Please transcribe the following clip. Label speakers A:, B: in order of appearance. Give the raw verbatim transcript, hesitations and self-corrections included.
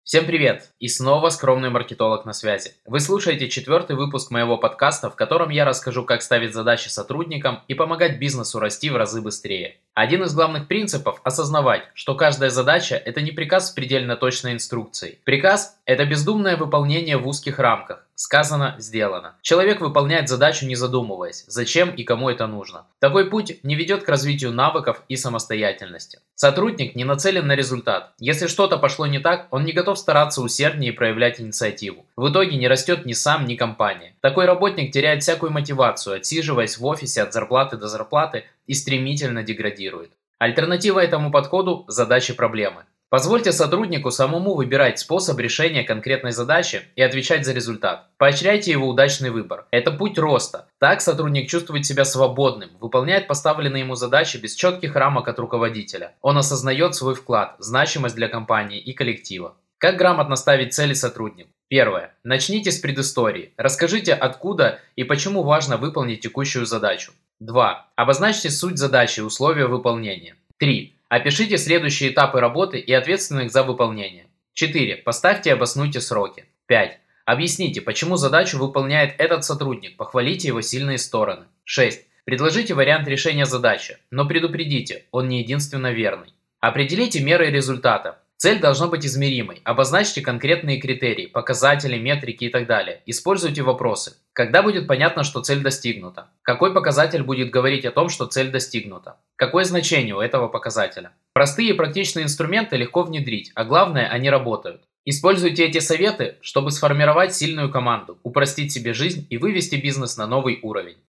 A: Всем привет! И снова скромный маркетолог на связи. Вы слушаете четвертый выпуск моего подкаста, в котором я расскажу, как ставить задачи сотрудникам и помогать бизнесу расти в разы быстрее. Один из главных принципов – осознавать, что каждая задача – это не приказ с предельно точной инструкцией. Приказ – это бездумное выполнение в узких рамках. Сказано – сделано. Человек выполняет задачу, не задумываясь, зачем и кому это нужно. Такой путь не ведет к развитию навыков и самостоятельности. Сотрудник не нацелен на результат. Если что-то пошло не так, он не готов стараться усерднее и проявлять инициативу. В итоге не растет ни сам, ни компания. Такой работник теряет всякую мотивацию, отсиживаясь в офисе от зарплаты до зарплаты и стремительно деградирует. Альтернатива этому подходу – задачи-проблемы. Позвольте сотруднику самому выбирать способ решения конкретной задачи и отвечать за результат. Поощряйте его удачный выбор. Это путь роста. Так сотрудник чувствует себя свободным, выполняет поставленные ему задачи без четких рамок от руководителя. Он осознает свой вклад, значимость для компании и коллектива. Как грамотно ставить цели сотруднику? Первое. Начните с предыстории. Расскажите, откуда и почему важно выполнить текущую задачу. два. Обозначьте суть задачи и условия выполнения. три. Опишите следующие этапы работы и ответственных за выполнение. четыре. Поставьте и обоснуйте сроки. пять. Объясните, почему задачу выполняет этот сотрудник, похвалите его сильные стороны. шесть. Предложите вариант решения задачи, но предупредите, он не единственно верный. Определите меры результата. Цель должна быть измеримой. Обозначьте конкретные критерии, показатели, метрики и так далее. Используйте вопросы. Когда будет понятно, что цель достигнута? Какой показатель будет говорить о том, что цель достигнута? Какое значение у этого показателя? Простые и практичные инструменты легко внедрить, а главное, они работают. Используйте эти советы, чтобы сформировать сильную команду, упростить себе жизнь и вывести бизнес на новый уровень.